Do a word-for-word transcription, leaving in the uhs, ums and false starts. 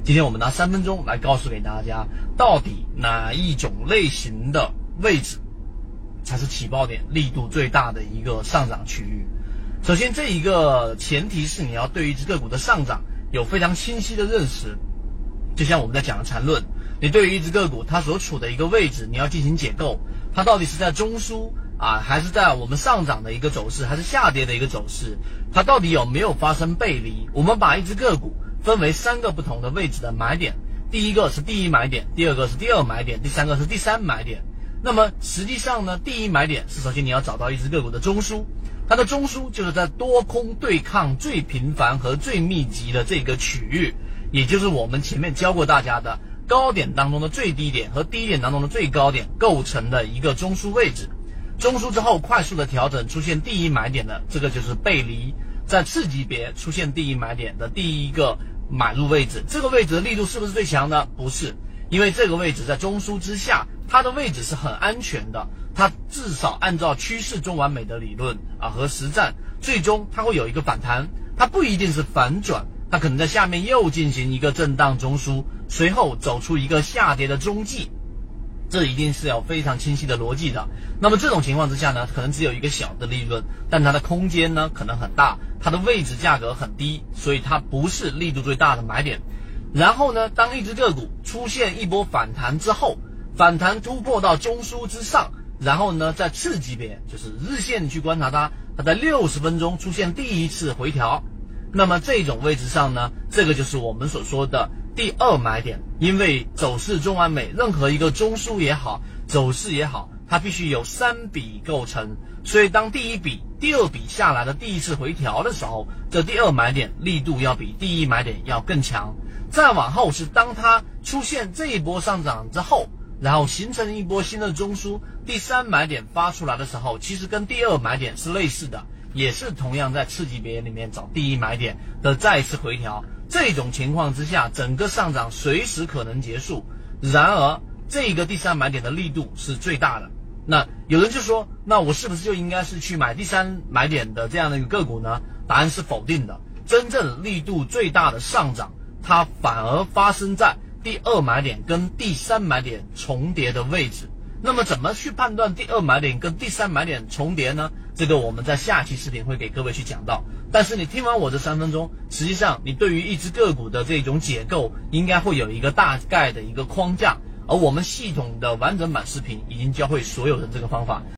今天我们拿三分钟来告诉给大家，到底哪一种类型的位置才是起爆点力度最大的一个上涨区域。首先，这一个前提是你要对于一只个股的上涨有非常清晰的认识。就像我们在讲的缠论，你对于一只个股它所处的一个位置，你要进行解构，它到底是在中枢啊，还是在我们上涨的一个走势，还是下跌的一个走势，它到底有没有发生背离。我们把一只个股分为三个不同的位置的买点，第一个是第一买点，第二个是第二买点，第三个是第三买点。那么实际上呢，第一买点是首先你要找到一只个股的中枢，它的中枢就是在多空对抗最频繁和最密集的这个区域，也就是我们前面教过大家的高点当中的最低点和低点当中的最高点构成的一个中枢位置。中枢之后快速的调整出现第一买点的，这个就是背离，在次级别出现第一买点的第一个买入位置，这个位置的力度是不是最强的？不是，因为这个位置在中枢之下，它的位置是很安全的，它至少按照趋势中完美的理论啊和实战，最终它会有一个反弹，它不一定是反转，它可能在下面又进行一个震荡中枢，随后走出一个下跌的中继，这一定是有非常清晰的逻辑的。那么这种情况之下呢，可能只有一个小的利润，但它的空间呢可能很大，它的位置价格很低，所以它不是力度最大的买点。然后呢，当一只个股出现一波反弹之后，反弹突破到中枢之上，然后呢在次级别就是日线去观察它，它在六十分钟出现第一次回调，那么这种位置上呢，这个就是我们所说的第二买点。因为走势中完美，任何一个中枢也好，走势也好，它必须有三笔构成，所以当第一笔、第二笔下来的第一次回调的时候，这第二买点力度要比第一买点要更强。再往后是当它出现这一波上涨之后，然后形成一波新的中枢，第三买点发出来的时候，其实跟第二买点是类似的，也是同样在次级别里面找第一买点的再一次回调。这种情况之下，整个上涨随时可能结束，然而这个第三买点的力度是最大的。那有人就说，那我是不是就应该是去买第三买点的这样的一个个股呢？答案是否定的。真正力度最大的上涨，它反而发生在第二买点跟第三买点重叠的位置。那么怎么去判断第二买点跟第三买点重叠呢？这个我们在下期视频会给各位去讲到。但是你听完我这三分钟，实际上你对于一只个股的这种解构应该会有一个大概的一个框架，而我们系统的完整版视频已经教会所有人这个方法。